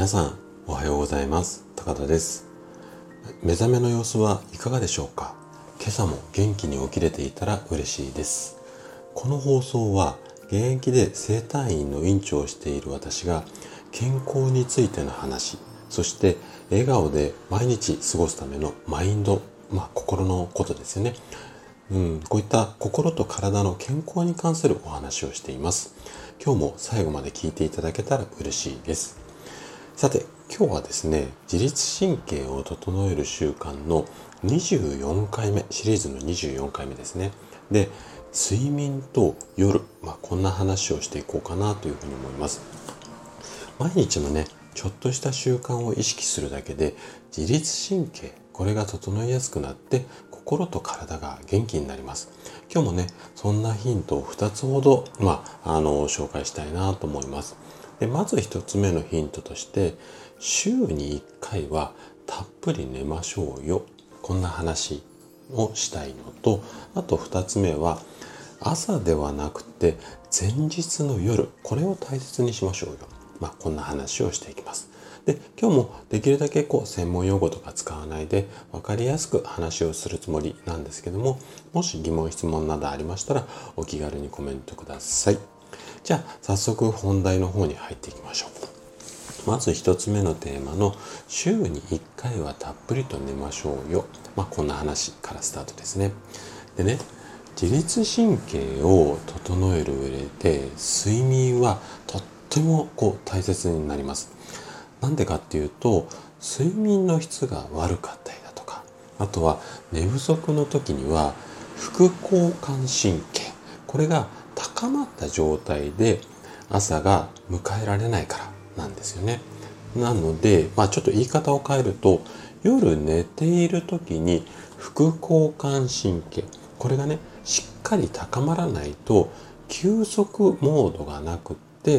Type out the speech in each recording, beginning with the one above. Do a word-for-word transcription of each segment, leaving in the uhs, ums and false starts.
さんおはようございます。高田です。目覚めの様子はいかがでしょうか。今朝も元気に起きれていたら嬉しいです。この放送は現役で整体院の院長をしている私が健康についての話、そして笑顔で毎日過ごすためのマインド、まあ心のことですよね。うん、こういった心と体の健康に関するお話をしています。今日も最後まで聞いていただけたら嬉しいです。さて、今日はですね、自律神経を整える習慣のにじゅうよんかいめ、シリーズのにじゅうよんかいめですね。で、睡眠と夜、まあ、こんな話をしていこうかなというふうに思います。毎日のね、ちょっとした習慣を意識するだけで、自律神経、これが整いやすくなって、心と体が元気になります。今日もね、そんなヒントをふたつほど、まあ、あの、紹介したいなと思います。でまず一つ目のヒントとして、週にいっかいはたっぷり寝ましょうよ。こんな話をしたいのと、あと二つ目は、朝ではなくて前日の夜、これを大切にしましょうよ。まあ、こんな話をしていきます。で、今日もできるだけこう専門用語とか使わないで分かりやすく話をするつもりなんですけども、もし疑問質問などありましたらお気軽にコメントください。じゃあ早速本題の方に入っていきましょう。まず一つ目のテーマの週にいっかいはたっぷりと寝ましょうよ。まあこんな話からスタートですね。でね、自律神経を整える上で睡眠はとってもこう大切になります。なんでかっていうと、睡眠の質が悪かったりだとか、あとは寝不足の時には副交感神経、これが高まった状態で朝が迎えられないからなんですよね。なので、まあちょっと言い方を変えると、夜寝ている時に副交感神経、これがね、しっかり高まらないと休息モードがなくって、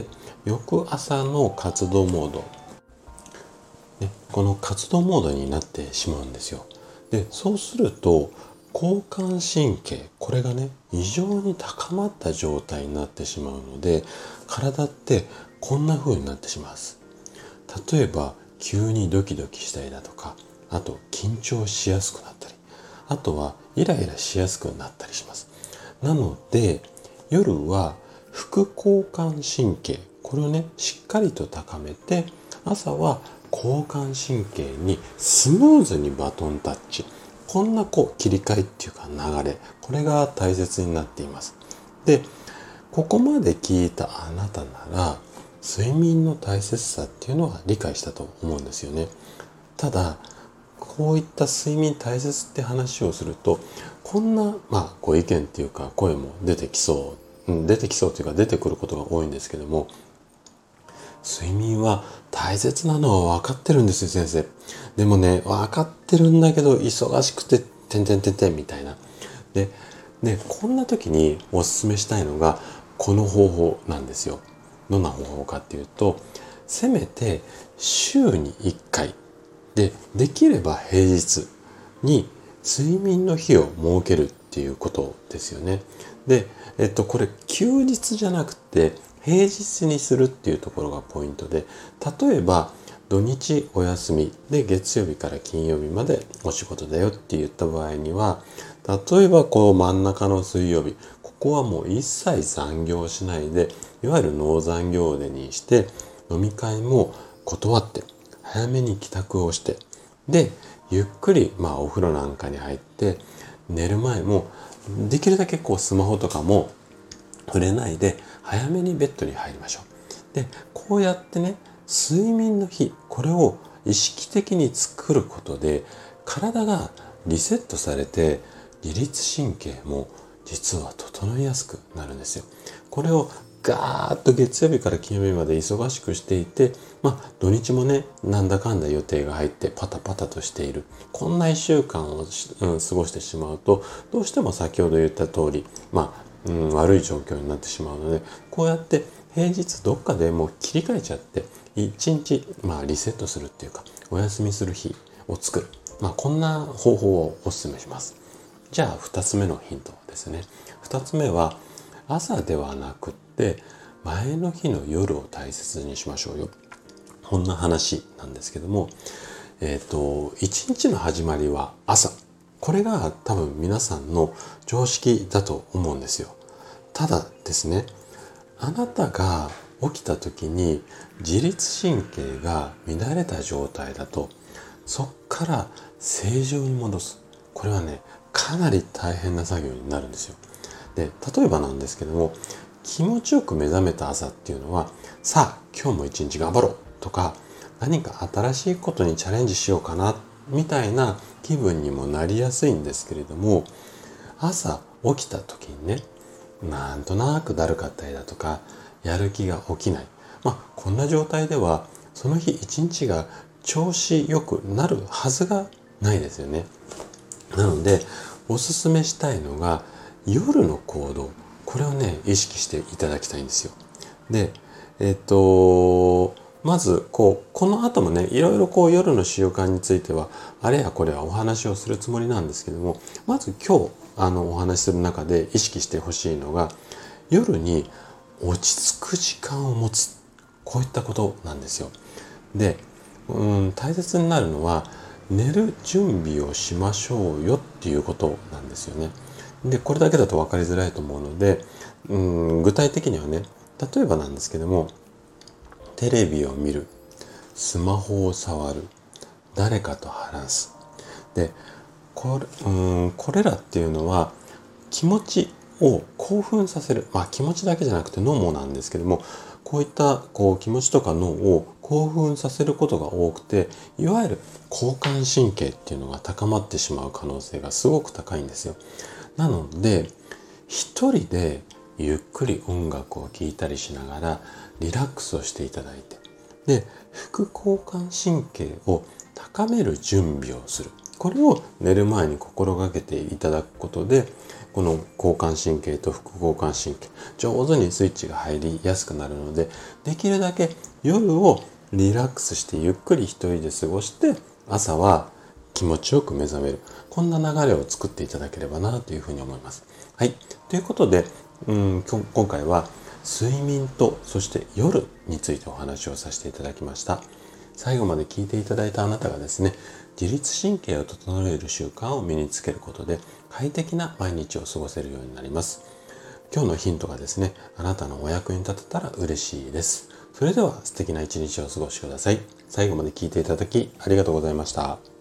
翌朝の活動モード、ね、この活動モードになってしまうんですよ。で、そうすると交感神経、これがね、異常に高まった状態になってしまうので、体ってこんな風になってしまいます。例えば急にドキドキしたりだとか、あと緊張しやすくなったり、あとはイライラしやすくなったりします。なので夜は副交感神経、これをねしっかりと高めて、朝は交感神経にスムーズにバトンタッチ、こんなこう切り替えっていうか流れ、これが大切になっています。で、ここまで聞いたあなたなら睡眠の大切さっていうのは理解したと思うんですよね。ただこういった睡眠大切って話をすると、こんなまあご意見っていうか声も出てきそう、うん、出てきそうというか出てくることが多いんですけども、睡眠は大切なのは分かってるんですよ、先生。でもね、分かってるんだけど忙しくててんてんてんてんみたいな。で、でこんな時におすすめしたいのがこの方法なんですよ。どんな方法かっていうと、せめて週にいっかいで、できれば平日に睡眠の日を設けるっていうことですよね。で、えっとこれ休日じゃなくて平日にするっていうところがポイントで、例えば土日お休みで月曜日から金曜日までお仕事だよって言った場合には、例えばこう真ん中の水曜日、ここはもう一切残業しないで、いわゆるノー残業デーにして、飲み会も断って早めに帰宅をして、でゆっくりまあお風呂なんかに入って、寝る前もできるだけこうスマホとかも触れないで早めにベッドに入りましょう。で、こうやってね、睡眠の日、これを意識的に作ることで体がリセットされて、自律神経も実は整いやすくなるんですよ。これをガーッと月曜日から金曜日まで忙しくしていて、まあ土日もね、なんだかんだ予定が入ってパタパタとしている、こんないっしゅうかんを、うん、過ごしてしまうと、どうしても先ほど言った通り、まあうん、悪い状況になってしまうので、こうやって平日どっかでもう切り替えちゃって一日、まあ、リセットするっていうかお休みする日を作る、まあ、こんな方法をお勧めします。じゃあふたつめのヒントですね。ふたつめは朝ではなくって前の日の夜を大切にしましょうよ。 こんな話なんですけども、えっと、一日の始まりは朝。これが多分皆さんの常識だと思うんですよ。ただですね、あなたが起きた時に自律神経が乱れた状態だと、そっから正常に戻す。これはね、かなり大変な作業になるんですよ。で、例えばなんですけども、気持ちよく目覚めた朝っていうのは、さあ、今日も一日頑張ろうとか、何か新しいことにチャレンジしようかな、みたいな気分にもなりやすいんですけれども、朝起きた時にね、なんとなくだるかったりだとか、やる気が起きない。まあ、こんな状態では、その日一日が調子よくなるはずがないですよね。なので、おすすめしたいのが、夜の行動。これをね、意識していただきたいんですよ。で、えっと、まず、こう、この後もね、いろいろこう夜の習慣については、あれやこれはお話をするつもりなんですけども、まず今日、あの、お話しする中で意識してほしいのが、夜に落ち着く時間を持つ。こういったことなんですよ。で、うん、大切になるのは、寝る準備をしましょうよっていうことなんですよね。で、これだけだと分かりづらいと思うので、うん、具体的にはね、例えばなんですけども、テレビを見る、スマホを触る、誰かと話す。で、これ、うん、これらっていうのは気持ちを興奮させる。まあ気持ちだけじゃなくて脳もなんですけども、こういったこう気持ちとか脳を興奮させることが多くて、いわゆる交感神経っていうのが高まってしまう可能性がすごく高いんですよ。なので、一人でゆっくり音楽を聴いたりしながらリラックスをしていただいて、で、副交感神経を高める準備をする。これを寝る前に心がけていただくことで、この交感神経と副交感神経、上手にスイッチが入りやすくなるので、できるだけ夜をリラックスしてゆっくり一人で過ごして、朝は気持ちよく目覚める。こんな流れを作っていただければなというふうに思います。はい。ということで、うん、今回は睡眠とそして夜についてお話をさせていただきました。最後まで聞いていただいたあなたがですね、自律神経を整える習慣を身につけることで快適な毎日を過ごせるようになります。今日のヒントがですね、あなたのお役に立てたら嬉しいです。それでは素敵な一日をお過ごしください。最後まで聞いていただきありがとうございました。